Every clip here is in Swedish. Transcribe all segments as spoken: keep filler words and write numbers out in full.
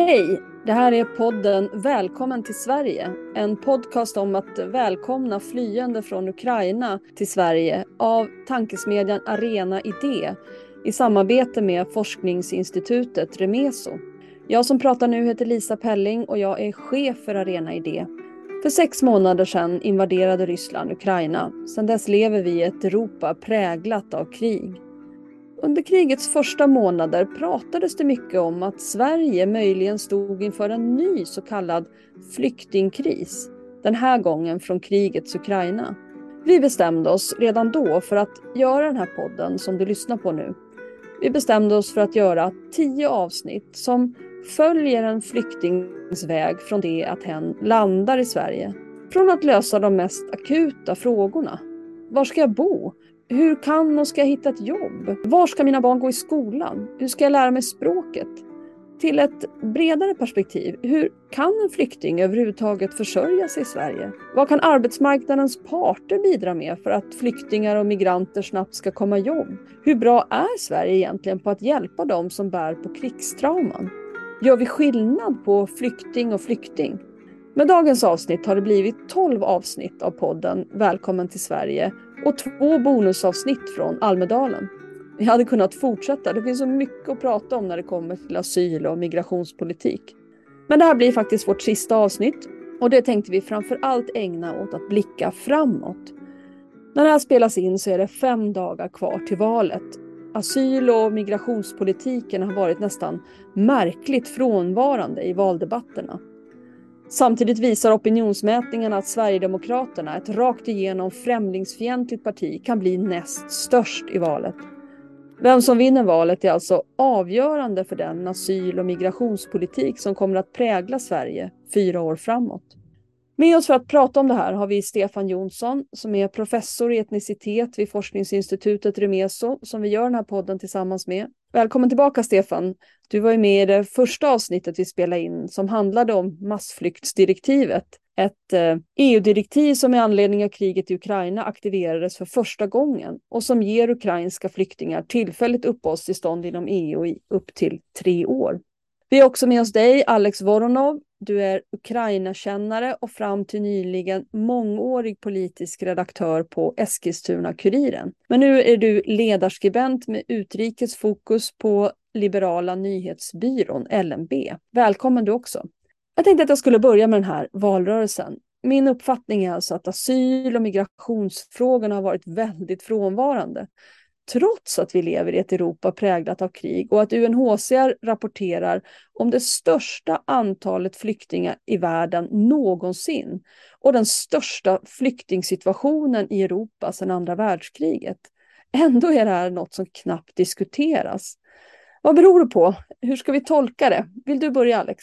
Hej, det här är podden Välkommen till Sverige. En podcast om att välkomna flyende från Ukraina till Sverige av tankesmedjan Arena Idé i samarbete med forskningsinstitutet Remeso. Jag som pratar nu heter Lisa Pelling och jag är chef för Arena Idé. För sex månader sedan invaderade Ryssland Ukraina. Sedan dess lever vi i ett Europa präglat av krig. Under krigets första månader pratades det mycket om att Sverige möjligen stod inför en ny så kallad flyktingkris. Den här gången från krigets Ukraina. Vi bestämde oss redan då för att göra den här podden som du lyssnar på nu. Vi bestämde oss för att göra tio avsnitt som följer en flyktingsväg från det att hen landar i Sverige. Från att lösa de mest akuta frågorna. Var ska jag bo? Hur kan och ska jag hitta ett jobb? Var ska mina barn gå i skolan? Hur ska jag lära mig språket? Till ett bredare perspektiv, hur kan en flykting överhuvudtaget försörja sig i Sverige? Vad kan arbetsmarknadens parter bidra med för att flyktingar och migranter snabbt ska komma jobb? Hur bra är Sverige egentligen på att hjälpa dem som bär på krigstrauman? Gör vi skillnad på flykting och flykting? Med dagens avsnitt har det blivit tolv avsnitt av podden Välkommen till Sverige och två bonusavsnitt från Almedalen. Vi hade kunnat fortsätta, det finns så mycket att prata om när det kommer till asyl- och migrationspolitik. Men det här blir faktiskt vårt sista avsnitt och det tänkte vi framför allt ägna åt att blicka framåt. När det här spelas in så är det fem dagar kvar till valet. Asyl- och migrationspolitiken har varit nästan märkligt frånvarande i valdebatterna. Samtidigt visar opinionsmätningarna att Sverigedemokraterna, ett rakt igenom främlingsfientligt parti, kan bli näst störst i valet. Vem som vinner valet är alltså avgörande för den asyl- och migrationspolitik som kommer att prägla Sverige fyra år framåt. Med oss för att prata om det här har vi Stefan Jonsson som är professor i etnicitet vid forskningsinstitutet Remeso som vi gör den här podden tillsammans med. Välkommen tillbaka Stefan. Du var ju med i det första avsnittet vi spelade in som handlade om massflyktsdirektivet. Ett eh, E U-direktiv som med anledning av kriget i Ukraina aktiverades för första gången och som ger ukrainska flyktingar tillfälligt uppehållstillstånd inom E U i upp till tre år. Vi har också med oss dig, Alex Voronov. Du är Ukraina-kännare och fram till nyligen mångårig politisk redaktör på Eskilstuna-Kuriren. Men nu är du ledarskribent med utrikes fokus på Liberala nyhetsbyrån L M B. Välkommen du också. Jag tänkte att jag skulle börja med den här valrörelsen. Min uppfattning är alltså att asyl- och migrationsfrågorna har varit väldigt frånvarande. Trots att vi lever i ett Europa präglat av krig och att U N H C R rapporterar om det största antalet flyktingar i världen någonsin och den största flyktingsituationen i Europa sedan andra världskriget. Ändå är det här något som knappt diskuteras. Vad beror det på? Hur ska vi tolka det? Vill du börja, Alex?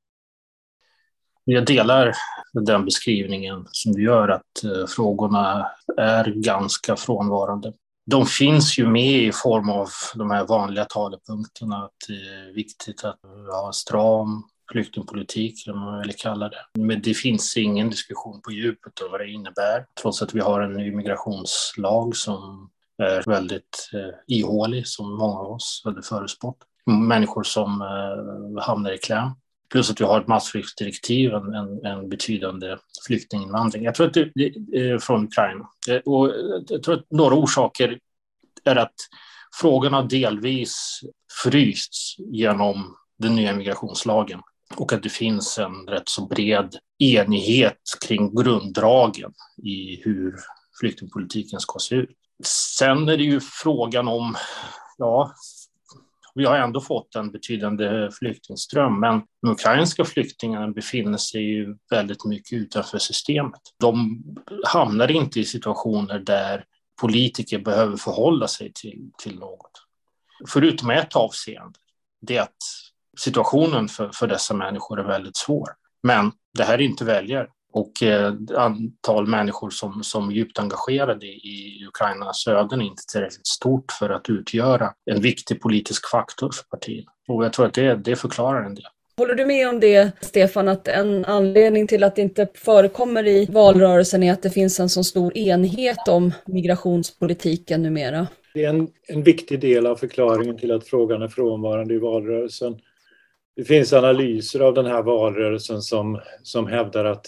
Jag delar den beskrivningen som du gör att eh, frågorna är ganska frånvarande. De finns ju med i form av de här vanliga talepunkterna att det är viktigt att ha stram flyktingpolitik, eller vad man vill kalla det. Men det finns ingen diskussion på djupet om vad det innebär, trots att vi har en ny migrationslag som är väldigt eh, ihålig, som många av oss hade förutspått. Människor som eh, hamnar i kläm. Plus att vi har ett massflyktsdirektiv, en, en, en betydande flyktinginvandring. Jag tror att det, det är från Ukraina. Och jag tror att några orsaker är att frågorna delvis frysts genom den nya migrationslagen. Och att det finns en rätt så bred enighet kring grunddragen i hur flyktingpolitiken ska se ut. Sen är det ju frågan om, ja... Vi har ändå fått en betydande flyktingström, men de ukrainska flyktingarna befinner sig ju väldigt mycket utanför systemet. De hamnar inte i situationer där politiker behöver förhålla sig till, till något. Förutom ett avseende, det är att situationen för, för dessa människor är väldigt svår. Men det här är inte väljare. Och eh, antal människor som, som är djupt engagerade i Ukrainas öden är inte tillräckligt stort för att utgöra en viktig politisk faktor för partierna. Och jag tror att det, det förklarar en del. Håller du med om det, Stefan, att en anledning till att det inte förekommer i valrörelsen är att det finns en så stor enighet om migrationspolitiken numera? Det är en, en viktig del av förklaringen till att frågan är frånvarande i valrörelsen. Det finns analyser av den här valrörelsen som, som hävdar att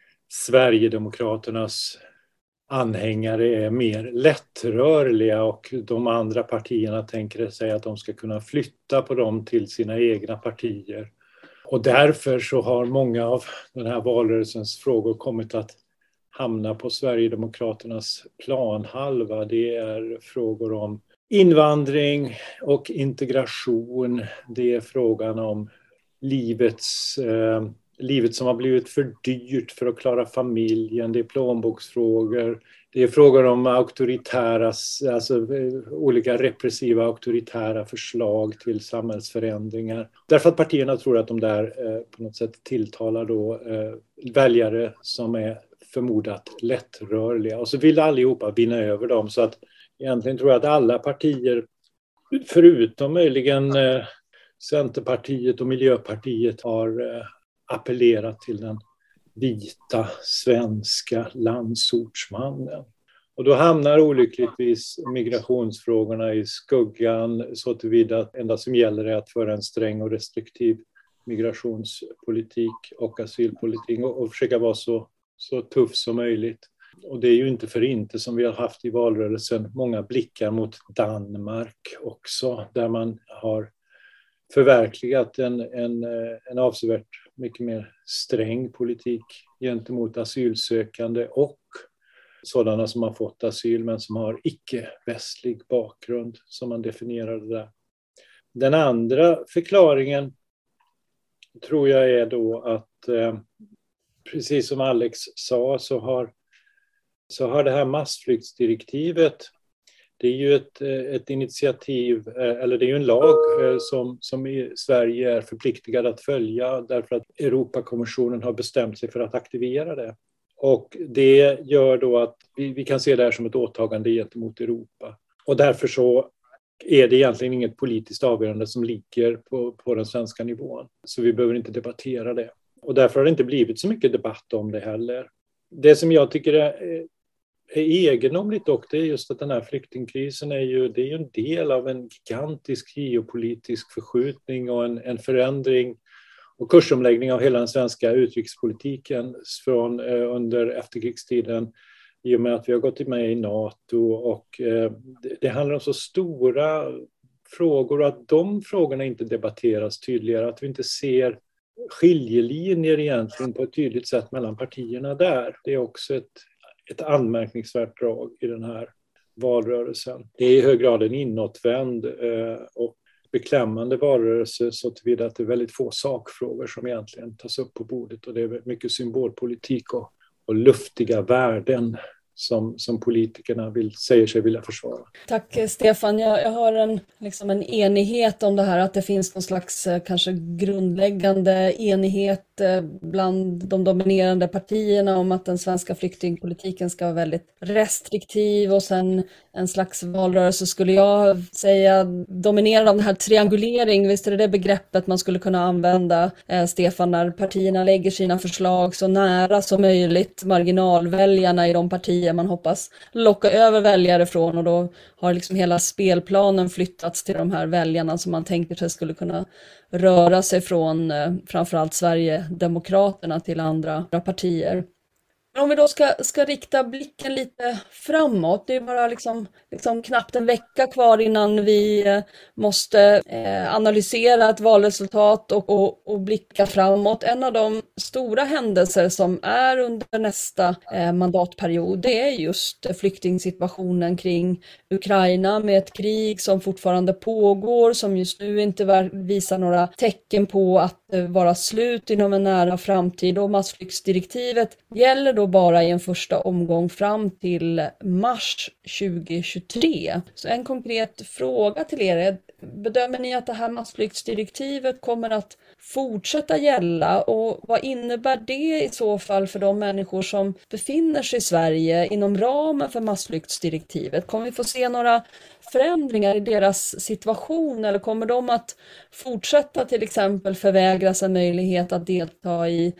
Sverigedemokraternas anhängare är mer lättrörliga och de andra partierna tänker sig att de ska kunna flytta på dem till sina egna partier. Och därför så har många av den här valrörelsens frågor kommit att hamna på Sverigedemokraternas planhalva. Det är frågor om invandring och integration. Det är frågan om livets, eh, livet som har blivit för dyrt för att klara familjen. Det är plånboksfrågor. Det är frågor om auktoritära, alltså olika repressiva auktoritära förslag till samhällsförändringar. Därför att partierna tror att de där eh, på något sätt tilltalar då eh, väljare som är förmodat lättrörliga. Och så vill allihopa vinna över dem. Så att egentligen tror jag att alla partier, förutom möjligen eh, Centerpartiet och Miljöpartiet, har eh, appellerat till den vita svenska landsortsmannen. Och då hamnar olyckligtvis migrationsfrågorna i skuggan så tillvida att enda som gäller är att föra en sträng och restriktiv migrationspolitik och asylpolitik och, och försöka vara så, så tuff som möjligt. Och det är ju inte för inte som vi har haft i valrörelsen många blickar mot Danmark också, där man har förverkligat en, en, en avsevärt mycket mer sträng politik gentemot asylsökande och sådana som har fått asyl men som har icke-västlig bakgrund, som man definierade där. Den andra förklaringen tror jag är då att eh, precis som Alex sa så har, så har det här massflyktsdirektivet, det är ju ett, ett initiativ, eller det är ju en lag som, som i Sverige är förpliktigad att följa därför att Europakommissionen har bestämt sig för att aktivera det. Och det gör då att vi, vi kan se det här som ett åtagande gentemot Europa. Och därför så är det egentligen inget politiskt avgörande som ligger på, på den svenska nivån. Så vi behöver inte debattera det. Och därför har det inte blivit så mycket debatt om det heller. Det som jag tycker är är egendomligt dock, det är just att den här flyktingkrisen är ju, det är ju en del av en gigantisk geopolitisk förskjutning och en, en förändring och kursomläggning av hela den svenska utrikespolitiken från eh, under efterkrigstiden i och med att vi har gått med i NATO och eh, det, det handlar om så stora frågor och att de frågorna inte debatteras tydligare, att vi inte ser skiljelinjer egentligen på ett tydligt sätt mellan partierna där. Det är också ett ett anmärkningsvärt drag i den här valrörelsen. Det är i hög grad en inåtvänd eh, och beklämmande valrörelse så tillvida att det är väldigt få sakfrågor som egentligen tas upp på bordet och det är mycket symbolpolitik och, och luftiga värden som, som politikerna vill, säger sig vilja försvara. Tack Stefan. Jag, jag har en, liksom en enighet om det här, att det finns någon slags kanske grundläggande enighet bland de dominerande partierna om att den svenska flyktingpolitiken ska vara väldigt restriktiv och sen en slags valrörelse skulle jag säga dominerad av den här triangulering. Visst är det det begreppet man skulle kunna använda, eh, Stefan, när partierna lägger sina förslag så nära som möjligt marginalväljarna i de partier man hoppas locka över väljare från, och då har liksom hela spelplanen flyttats till de här väljarna som man tänker sig skulle kunna röra sig från eh, framförallt Sverigedemokraterna till andra partier. Men om vi då ska, ska rikta blicken lite framåt, det är bara liksom, liksom knappt en vecka kvar innan vi eh, måste eh, analysera ett valresultat och, och, och blicka framåt. En av de stora händelser som är under nästa eh, mandatperiod, det är just flyktingsituationen kring Ukraina med ett krig som fortfarande pågår, som just nu inte visar några tecken på att eh, vara slut inom en nära framtid, och massflyktsdirektivet gäller då bara i en första omgång fram till mars tjugohundratjugotre. Så en konkret fråga till er är, bedömer ni att det här massflyktsdirektivet kommer att fortsätta gälla, och vad innebär det i så fall för de människor som befinner sig i Sverige inom ramen för massflyktsdirektivet? Kommer vi få se några förändringar i deras situation, eller kommer de att fortsätta till exempel förvägras en möjlighet att delta i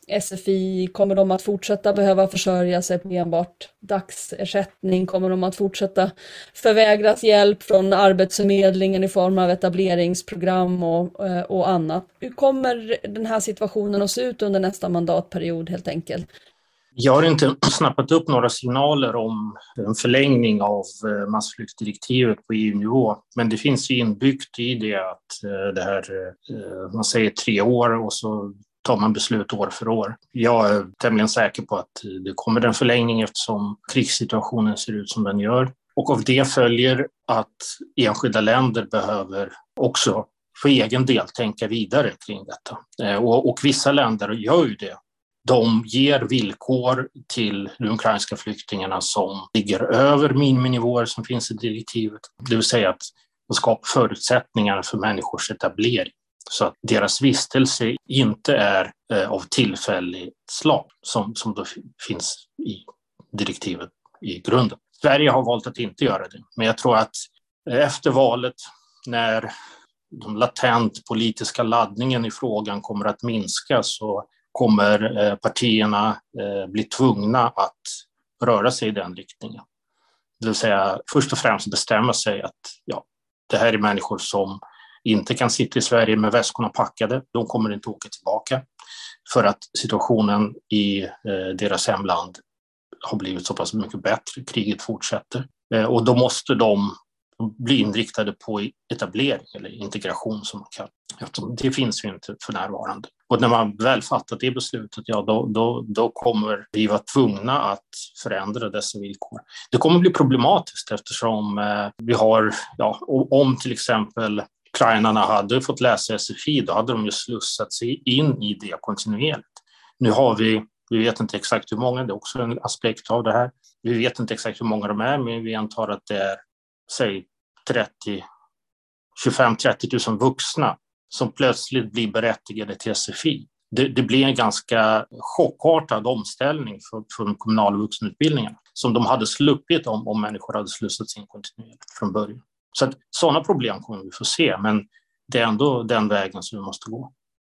S F I, kommer de att fortsätta behöva försörja sig på enbart dagsersättning? Kommer de att fortsätta förvägras hjälp från Arbetsförmedlingen i form av etableringsprogram och, och annat? Hur kommer den här situationen att se ut under nästa mandatperiod helt enkelt? Jag har inte snappat upp några signaler om en förlängning av massflyktsdirektivet på E U-nivå. Men det finns ju inbyggt i det att det här, man säger tre år och så tar man beslut år för år. Jag är tämligen säker på att det kommer en förlängning eftersom krigssituationen ser ut som den gör. Och av det följer att enskilda länder behöver också för egen del tänka vidare kring detta. Och, och vissa länder gör ju det. De ger villkor till de ukrainska flyktingarna som ligger över miniminivåer som finns i direktivet. Det vill säga att de skapar förutsättningar för människors etablering. Så att deras vistelse inte är eh, av tillfälligt slag som, som då finns i direktivet i grunden. Sverige har valt att inte göra det. Men jag tror att efter valet, när den latent politiska laddningen i frågan kommer att minska, så kommer eh, partierna eh, bli tvungna att röra sig i den riktningen. Det vill säga först och främst bestämma sig att ja, det här är människor som inte kan sitta i Sverige med väskorna packade. De kommer inte åka tillbaka för att situationen i eh, deras hemland har blivit så pass mycket bättre. Kriget fortsätter. Eh, och då måste de bli inriktade på etablering eller integration som man kallar det. Det finns ju inte för närvarande. Och när man väl fattat det beslutet, ja, då, då, då kommer vi vara tvungna att förändra dessa villkor. Det kommer bli problematiskt eftersom eh, vi har, ja, om till exempel ukrainarna hade fått läsa S F I, då hade de ju slussat sig in i det kontinuerligt. Nu har vi, vi vet inte exakt hur många, det är också en aspekt av det här. Vi vet inte exakt hur många de är, men vi antar att det är, säg, trettio, tjugofem till trettio tusen vuxna som plötsligt blir berättigade till S F I. Det, det blir en ganska chockartad omställning för, för de kommunala vuxenutbildningarna som de hade sluppit om, om människor hade slussats in kontinuerligt från början. Så att sådana problem kommer vi få se, men det är ändå den vägen som vi måste gå.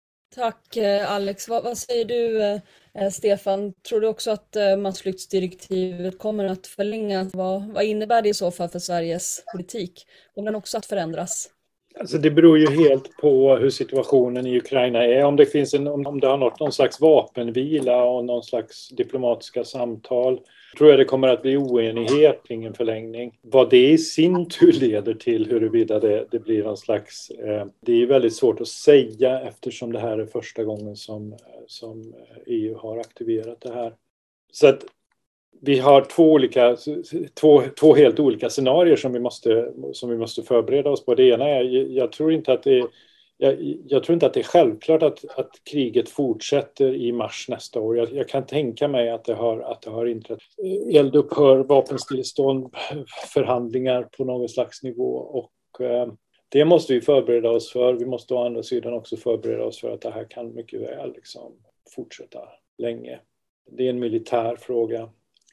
Tack Alex. Vad, vad säger du eh, Stefan? Tror du också att eh, massflyktsdirektivet kommer att förlängas? Vad, vad innebär det i så fall för Sveriges politik? Kommer den också att förändras? Alltså det beror ju helt på hur situationen i Ukraina är. Om det finns en, om det har nått någon slags vapenvila och någon slags diplomatiska samtal, tror jag det kommer att bli oenighet kring en förlängning. Vad det i sin tur leder till, huruvida det, det blir någon slags... Eh, det är väldigt svårt att säga eftersom det här är första gången som, som E U har aktiverat det här. Så att vi har två, olika, två, två helt olika scenarier som vi, måste, som vi måste förbereda oss på. Det ena är, jag tror inte att det är, jag, jag tror inte att det är självklart att, att kriget fortsätter i mars nästa år. Jag, jag kan tänka mig att det har, att det har inträtt eldupphör, vapenstillstånd, förhandlingar på någon slags nivå. Och eh, det måste vi förbereda oss för. Vi måste å andra sidan också förbereda oss för att det här kan mycket väl liksom fortsätta länge. Det är en militär fråga.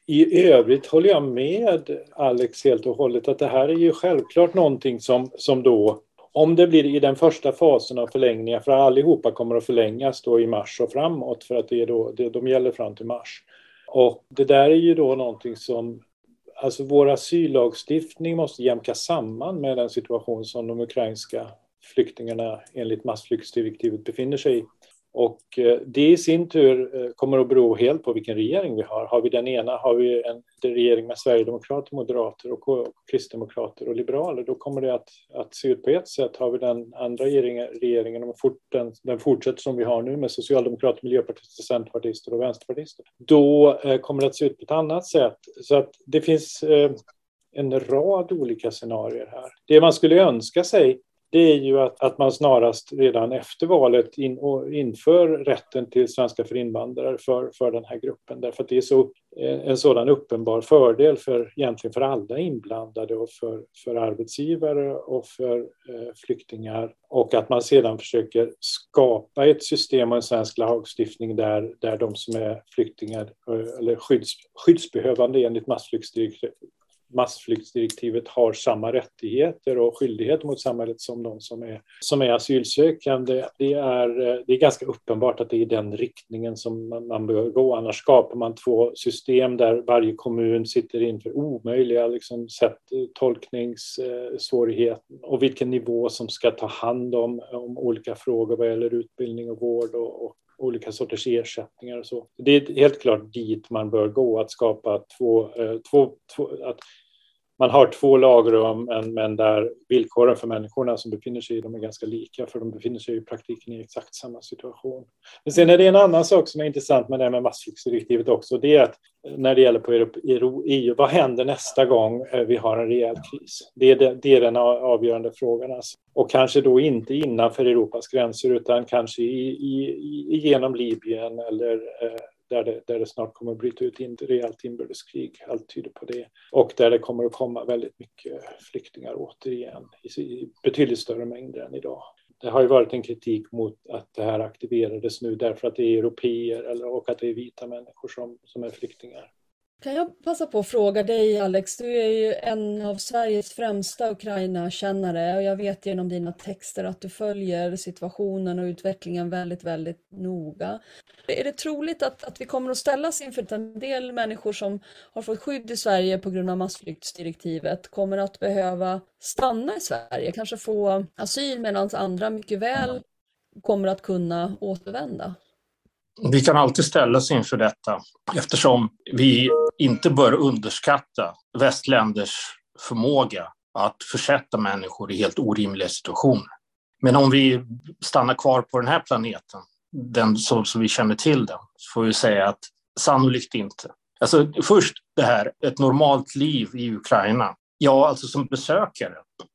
I övrigt håller jag med Alex helt och hållet att det här är ju självklart någonting som, som då, om det blir i den första fasen av förlängningar, för allihopa kommer att förlängas då i mars och framåt, för att det är då, det, de gäller fram till mars. Och det där är ju då någonting som, alltså vår asyllagstiftning måste jämka samman med den situation som de ukrainska flyktingarna enligt massflyktsdirektivet befinner sig i. Och det i sin tur kommer att bero helt på vilken regering vi har. Har vi den ena, har vi en regering med Sverigedemokrater, Moderater och, och Kristdemokrater och Liberaler, då kommer det att, att se ut på ett sätt. Har vi den andra regeringen, regeringen och fort, den, den fortsätter som vi har nu med Socialdemokrater, Miljöpartister, Centerpartister och Vänsterpartister, då eh, kommer det att se ut på ett annat sätt. Så att det finns eh, en rad olika scenarier här. Det man skulle önska sig, det är ju att, att man snarast redan efter valet in, och inför rätten till svenska för invandrare för, för den här gruppen. Därför att det är så, en sådan uppenbar fördel för, egentligen för alla inblandade och för, för arbetsgivare och för eh, flyktingar. Och att man sedan försöker skapa ett system och en svensk lagstiftning där, där de som är flyktingar eller skydds, skyddsbehövande enligt massflyktsdirektivet massflyktsdirektivet har samma rättigheter och skyldigheter mot samhället som de som är, som är asylsökande. Det är, det är ganska uppenbart att det är den riktningen som man, man bör gå. Annars skapar man två system där varje kommun sitter inför omöjliga liksom, sätt, tolkningssvårigheter och vilken nivå som ska ta hand om, om olika frågor vad gäller utbildning och vård och, och olika sorters ersättningar och så. Det är helt klart dit man bör gå, att skapa två, eh, två, två att man har två lagrum men, men där villkoren för människorna som befinner sig i dem är ganska lika, för de befinner sig i praktiken i exakt samma situation. Men sen är det en annan sak som är intressant med det här med massflyktsdirektivet också, det är att när det gäller på E U, vad händer nästa gång vi har en rejäl kris? Det är, det, det är den avgörande frågan. Alltså. Och kanske då inte innanför Europas gränser utan kanske i, i, genom Libyen eller eh, där, det, där det snart kommer att bryta ut ett rejält inbördeskrig. Allt tyder på det. Och där det kommer att komma väldigt mycket flyktingar återigen i, i betydligt större mängder än idag. Det har ju varit en kritik mot att det här aktiverades nu därför att det är europeer eller, och att det är vita människor som, som är flyktingar. Kan jag passa på att fråga dig, Alex? Du är ju en av Sveriges främsta Ukraina-kännare och jag vet genom dina texter att du följer situationen och utvecklingen väldigt, väldigt noga. Är det troligt att, att vi kommer att ställas inför en del människor som har fått skydd i Sverige på grund av massflyktsdirektivet kommer att behöva stanna i Sverige, kanske få asyl medan andra mycket väl kommer att kunna återvända? Vi kan alltid ställas inför detta eftersom vi inte bör underskatta västländers förmåga att försätta människor i helt orimliga situationer. Men om vi stannar kvar på den här planeten, den som, som vi känner till den, så får vi säga att sannolikt inte. Alltså först det här, ett normalt liv i Ukraina. Ja, alltså som besökare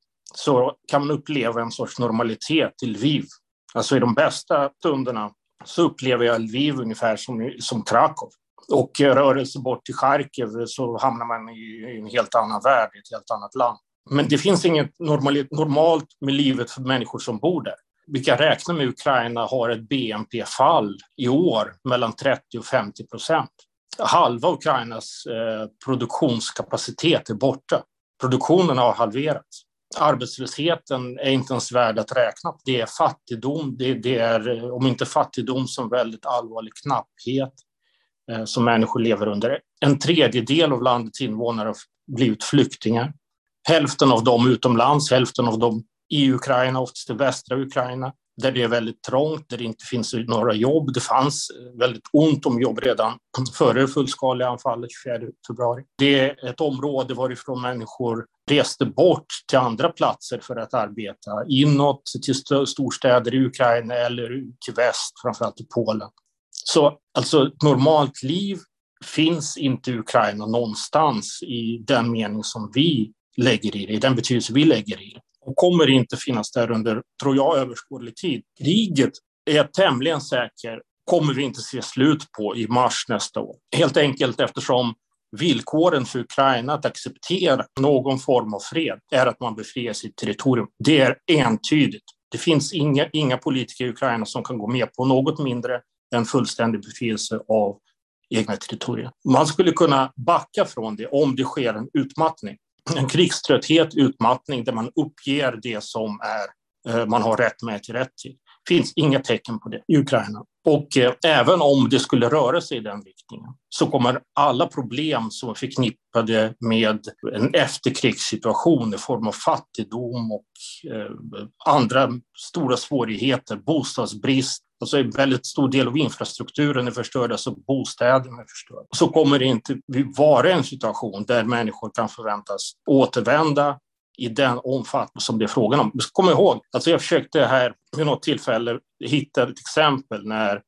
så kan man uppleva en sorts normalitet i Lviv. Alltså i de bästa stunderna så upplever jag Lviv ungefär som, som Krakow. Och rörelse bort till Charkiv så hamnar man i, i en helt annan värld, i ett helt annat land. Men det finns inget normalt, normalt med livet för människor som bor där. Vi kan räkna med att Ukraina har ett B N P-fall i år mellan trettio och femtio procent. Halva Ukrainas eh, produktionskapacitet är borta. Produktionen har halverats. Arbetslösheten är inte ens värd att räkna på. Det är fattigdom, det, det är om inte fattigdom som väldigt allvarlig knapphet eh, som människor lever under. En tredjedel av landets invånare har blivit flyktingar. Hälften av dem utomlands, hälften av dem i Ukraina, oftast i västra Ukraina, där det är väldigt trångt, där det inte finns några jobb. Det fanns väldigt ont om jobb redan före det fullskaliga anfallet tjugofjärde februari. Det är ett område varifrån människor reste bort till andra platser för att arbeta inåt till storstäder i Ukraina eller till väst, framförallt i Polen. Så alltså ett normalt liv finns inte i Ukraina någonstans i den mening som vi lägger i det, i den betydelse vi lägger i det. Och kommer inte finnas där under, tror jag, överskådlig tid. Kriget är tämligen säker, kommer vi inte se slut på i mars nästa år. Helt enkelt eftersom villkoren för Ukraina att acceptera någon form av fred är att man befriar sitt territorium. Det är entydigt. Det finns inga, inga politiker i Ukraina som kan gå med på något mindre än fullständig befrielse av egna territorier. Man skulle kunna backa från det om det sker en utmattning. En krigströtthet, utmattning där man uppger det som är, man har rätt med till rätt till. Det finns inga tecken på det i Ukraina. Och eh, även om det skulle röra sig i den riktningen så kommer alla problem som är förknippade med en efterkrigssituation i form av fattigdom och eh, andra stora svårigheter, bostadsbrist, alltså en väldigt stor del av infrastrukturen är förstörd, alltså bostäderna är förstörda. Så kommer det inte vara en situation där människor kan förväntas återvända i den omfattning som det är frågan om. Kom ihåg, alltså jag försökte här vid något tillfälle hitta ett exempel när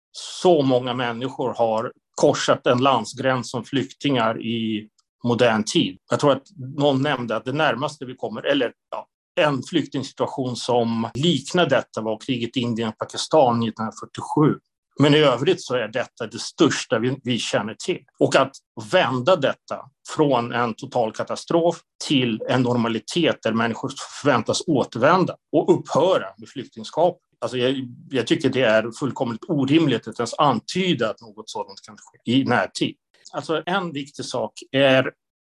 så många människor har korsat en landsgräns som flyktingar i modern tid. Jag tror att någon nämnde att det närmaste vi kommer, eller ja, en flyktingsituation som liknar detta var kriget i Indien-Pakistan nittonhundrafyrtiosju. Men i övrigt så är detta det största vi, vi känner till. Och att vända detta från en total katastrof till en normalitet där människor förväntas återvända och upphöra med flyktingskap. Alltså jag, jag tycker det är fullkomligt orimligt att ens antyda att något sådant kan ske i närtid. Alltså en viktig sak är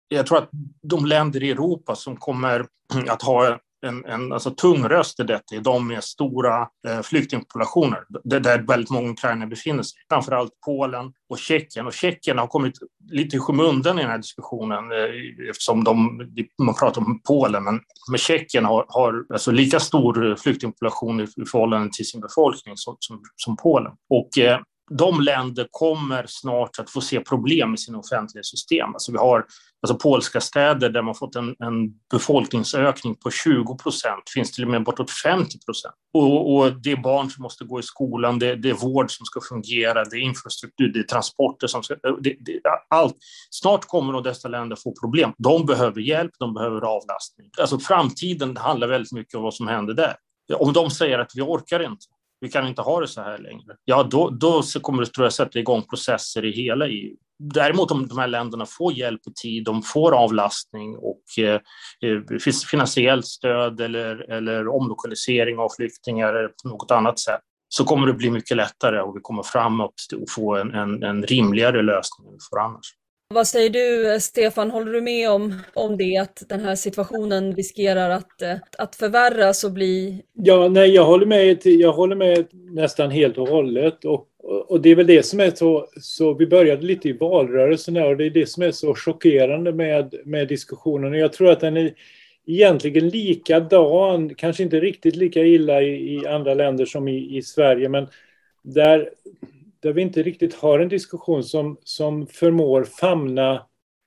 jag tror att de länder i Europa som kommer att ha en, en alltså, tung röst i detta är de med stora eh, flyktingpopulationer, där, där väldigt många ukrainare befinner sig. Framförallt Polen och Tjeckien. Och Tjeckien har kommit lite i skymundan i den här diskussionen eh, eftersom de, man pratar om Polen, men, men Tjeckien har, har alltså, lika stor flyktingpopulation i, i förhållande till sin befolkning som, som, som Polen. Och eh, de länder kommer snart att få se problem med sina offentliga system. Alltså vi har alltså polska städer där man fått en, en befolkningsökning på tjugo procent, finns till och med bortåt femtio procent. Och, och det är barn som måste gå i skolan, det, det är vård som ska fungera, det är infrastruktur, det är transporter som ska... Det, det, allt. Snart kommer nog dessa länder få problem. De behöver hjälp, de behöver avlastning. Alltså framtiden handlar väldigt mycket om vad som händer där. Om de säger att vi orkar inte, vi kan inte ha det så här längre, ja då, då kommer det, tror jag, sätta igång processer i hela E U. Däremot om de här länderna får hjälp i tid, de får avlastning och eh, finansiellt stöd eller, eller omlokalisering av flyktingar eller på något annat sätt, så kommer det bli mycket lättare och vi kommer framåt och få en, en, en rimligare lösning än vi får annars. Vad säger du, Stefan? Håller du med om, om det, att den här situationen riskerar att, att förvärras och bli... Ja, nej, jag håller med, jag håller med nästan helt och hållet. Och, och det är väl det som är så... så vi började lite i valrörelsen och det är det som är så chockerande med, med diskussionen. Och jag tror att den är egentligen likadan, kanske inte riktigt lika illa i, i andra länder som i, i Sverige, men där... där vi inte riktigt har en diskussion som, som förmår famna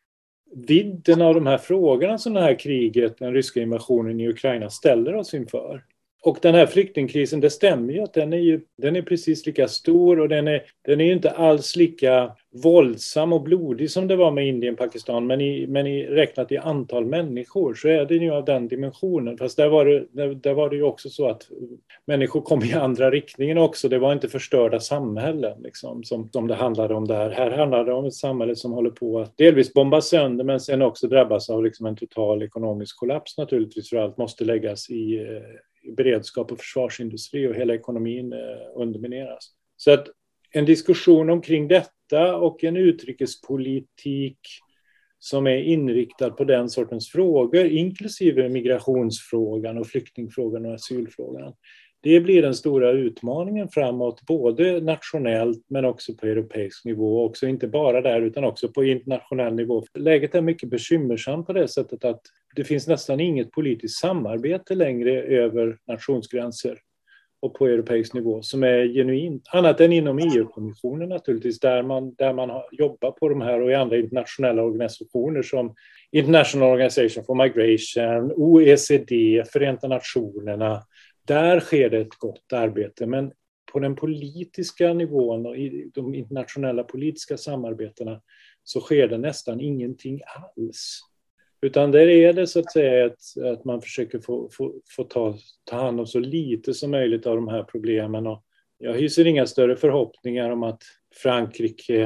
vidden av de här frågorna som det här kriget, den ryska invasionen i Ukraina, ställer oss inför. Och den här flyktingkrisen, det stämmer ju att den är ju den är precis lika stor och den är, den är ju inte alls lika våldsam och blodig som det var med Indien, Pakistan, men, i, men i, räknat i antal människor så är det ju av den dimensionen. Fast där var det, där, där var det ju också så att människor kom i andra riktningen också. Det var inte förstörda samhällen liksom, som, som det handlade om där. Här handlade det om ett samhälle som håller på att delvis bombas sönder men sen också drabbas av liksom en total ekonomisk kollaps naturligtvis, för allt måste läggas i, i beredskap och försvarsindustri och hela ekonomin eh, undermineras. Så att en diskussion omkring detta och en utrikespolitik som är inriktad på den sortens frågor, inklusive migrationsfrågan och flyktingfrågan och asylfrågan, det blir den stora utmaningen framåt, både nationellt men också på europeisk nivå. Också inte bara där utan också på internationell nivå. Läget är mycket bekymmersamt på det sättet att det finns nästan inget politiskt samarbete längre över nationsgränser och på europeisk nivå som är genuint, annat än inom E U-kommissionen naturligtvis, där man, där man jobbar på de här och i andra internationella organisationer som International Organization for Migration, O E C D, Förenta Nationerna. Där sker det ett gott arbete, men på den politiska nivån och i de internationella politiska samarbetena så sker det nästan ingenting alls. Utan där är det så att säga att, att man försöker få, få, få ta, ta hand om så lite som möjligt av de här problemen. Och jag hyser inga större förhoppningar om att Frankrike,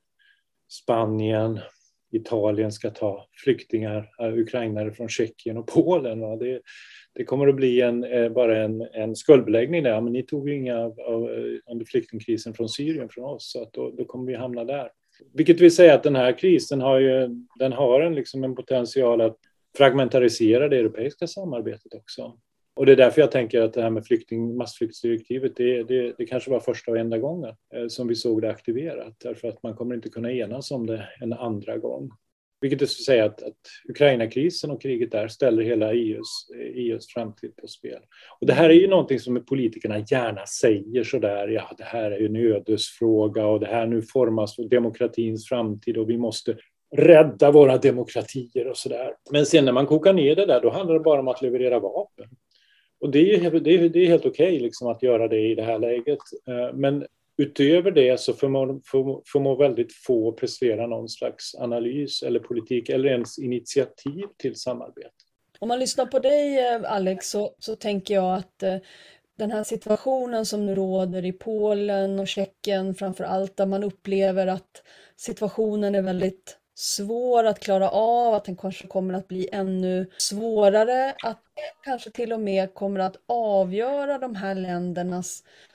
Spanien, Italien ska ta flyktingar, ukrainare från Tjeckien och Polen. Va? Det, det kommer att bli en, bara en, en skuldbeläggning där. Men ni tog ju inga av, av, under flyktingkrisen från Syrien från oss, så att då, då kommer vi hamna där. Vilket vill säga att den här krisen har ju, den har en, liksom en potential att fragmentarisera det europeiska samarbetet också. Och det är därför jag tänker att det här med flykting, massflyktsdirektivet, det, det, det kanske var första och enda gången eh, som vi såg det aktiverat. Därför att man kommer inte kunna enas om det en andra gång. Vilket det skulle säga att, att Ukraina-krisen och kriget där ställer hela E U:s, E U:s framtid på spel. Och det här är ju någonting som politikerna gärna säger sådär, ja det här är ju en ödesfråga och det här nu formas för demokratins framtid och vi måste rädda våra demokratier och sådär. Men sen när man kokar ner det där, då handlar det bara om att leverera vapen. Och det är, det är, det är helt okej liksom att göra det i det här läget. Men utöver det så förmår, förmår väldigt få prestera någon slags analys eller politik eller ens initiativ till samarbete. Om man lyssnar på dig, Alex, så, så tänker jag att eh, den här situationen som nu råder i Polen och Tjeckien framför allt, där man upplever att situationen är väldigt svår att klara av, att den kanske kommer att bli ännu svårare, att kanske till och med kommer att avgöra de här ländernas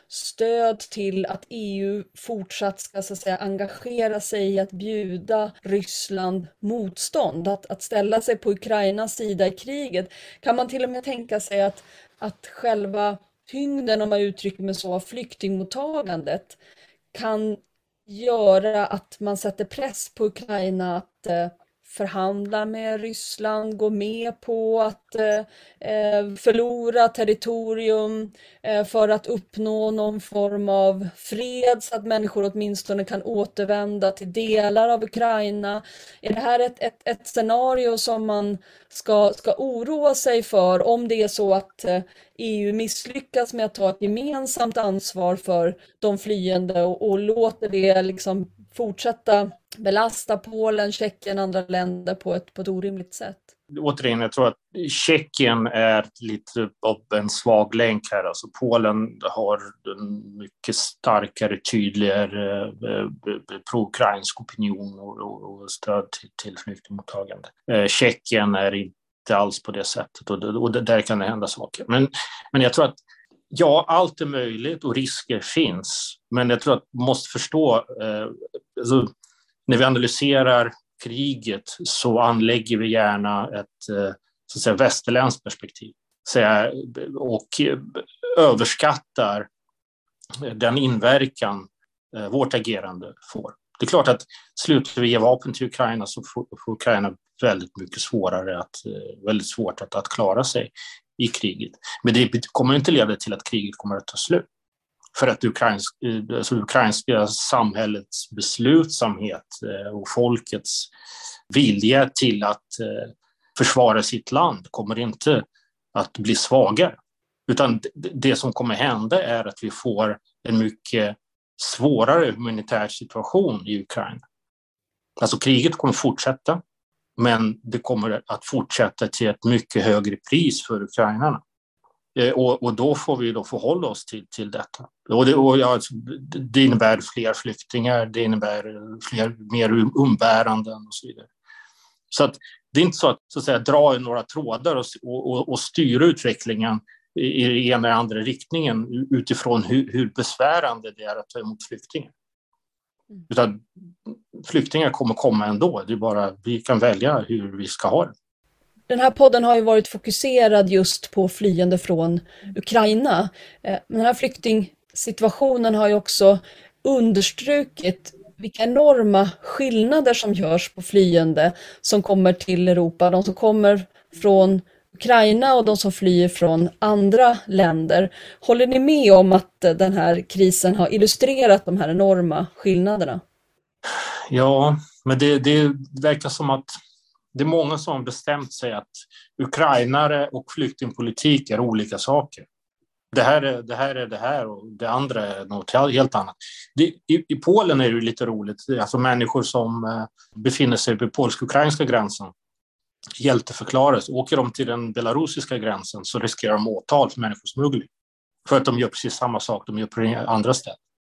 stöd till att E U fortsatt ska så att säga engagera sig i att bjuda Ryssland motstånd, att, att ställa sig på Ukrainas sida i kriget? Kan man till och med tänka sig att, att själva tyngden, om man uttrycker med så, flyktingmottagandet kan göra att man sätter press på Ukraina att eh, förhandla med Ryssland, gå med på att eh, förlora territorium eh, för att uppnå någon form av fred, så att människor åtminstone kan återvända till delar av Ukraina. Är det här ett, ett, ett scenario som man ska, ska oroa sig för om det är så att eh, E U misslyckas med att ta ett gemensamt ansvar för de flyende och, och låter det liksom fortsätta belasta Polen, Tjeckien och andra länder på ett, på ett orimligt sätt? Återigen, jag tror att Tjeckien är lite av en svag länk här. Alltså Polen har en mycket starkare, tydligare eh, pro-ukrainsk opinion och, och, och stöd till, till flyktingmottagande. Eh, Tjeckien är inte alls på det sättet, och, och där kan det hända saker. Men, men jag tror att ja, allt är möjligt och risker finns. Men jag tror att man måste förstå, eh, alltså, när vi analyserar kriget så anlägger vi gärna ett eh, så att säga, västerländskt perspektiv. Och överskattar den inverkan eh, vårt agerande får. Det är klart att slutar vi ge vapen till Ukraina så får, får Ukraina väldigt mycket svårare att, väldigt svårt att, att klara sig i kriget. Men det kommer inte leda till att kriget kommer att ta slut. För att ukrainsk, alltså ukrainska samhällets beslutsamhet och folkets vilja till att försvara sitt land kommer inte att bli svagare. Utan det som kommer hända är att vi får en mycket svårare humanitär situation i Ukraina. Alltså kriget kommer fortsätta, men det kommer att fortsätta till ett mycket högre pris för ukrainarna. Och, och då får vi då förhålla oss till, till detta. Och det, och ja, det innebär fler flyktingar, det innebär fler, mer umbäranden och så vidare. Så att det är inte så att, så att säga, dra i några trådar och, och, och styra utvecklingen i, i ena eller andra riktningen utifrån hur, hur besvärande det är att ta emot flyktingar. Utan flyktingar kommer komma ändå. Det är bara vi kan välja hur vi ska ha det. Den här podden har ju varit fokuserad just på flyende från Ukraina. Den här flyktingsituationen har ju också understrukit vilka enorma skillnader som görs på flyende som kommer till Europa. De som kommer från Ukraina och de som flyr från andra länder. Håller ni med om att den här krisen har illustrerat de här enorma skillnaderna? Ja, men det, det verkar som att det är många som har bestämt sig att ukrainare och flyktingpolitik är olika saker. Det här är det här, är det här och det andra är något helt annat. Det, i, I Polen är det lite roligt. Alltså människor som eh, befinner sig vid polsk-ukrainska gränsen hjälteförklaras. Åker de till den belarusiska gränsen så riskerar de åtal för människosmuggling. För att de gör precis samma sak de gör på andra ställen.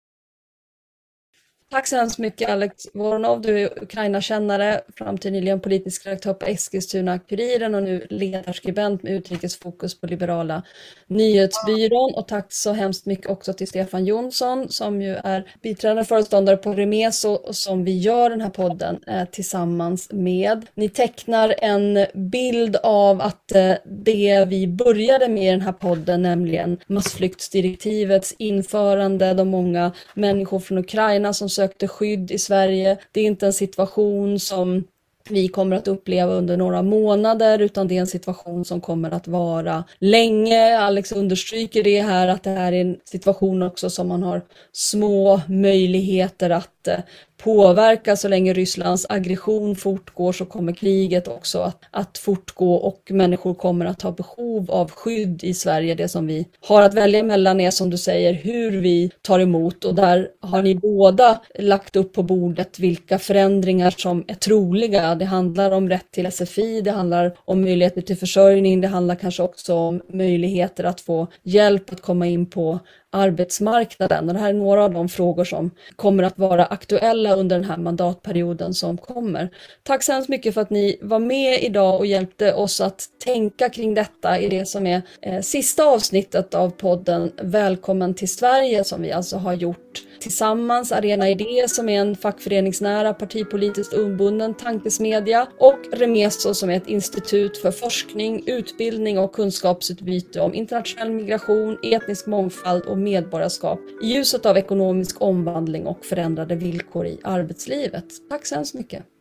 Tack så hemskt mycket Alex Voronov, du är Ukraina-kännare, fram till nyligen politisk redaktör på Eskilstuna-Kuriren och nu ledarskribent med utrikesfokus på Liberala nyhetsbyrån. Och tack så hemskt mycket också till Stefan Jonsson som ju är biträdande föreståndare på Remeso och som vi gör den här podden eh, tillsammans med. Ni tecknar en bild av att eh, det vi började med i den här podden, nämligen massflyktsdirektivets införande, de många människor från Ukraina som sökte skydd i Sverige. Det är inte en situation som vi kommer att uppleva under några månader, utan det är en situation som kommer att vara länge. Alex understryker det här, att det här är en situation också som man har små möjligheter att påverka. Så länge Rysslands aggression fortgår så kommer kriget också att, att fortgå och människor kommer att ha behov av skydd i Sverige. Det som vi har att välja mellan är, som du säger, hur vi tar emot, och där har ni båda lagt upp på bordet vilka förändringar som är troliga. Det handlar om rätt till S F I, det handlar om möjligheter till försörjning, det handlar kanske också om möjligheter att få hjälp att komma in på arbetsmarknaden. Och det här är några av de frågor som kommer att vara aktuella under den här mandatperioden som kommer. Tack så hemskt mycket för att ni var med idag och hjälpte oss att tänka kring detta i det som är eh, sista avsnittet av podden Välkommen till Sverige, som vi alltså har gjort tillsammans. Arena Idé, som är en fackföreningsnära, partipolitiskt obunden tankesmedja, och Remeso, som är ett institut för forskning, utbildning och kunskapsutbyte om internationell migration, etnisk mångfald och medborgarskap i ljuset av ekonomisk omvandling och förändrade villkor i arbetslivet. Tack så hemskt mycket.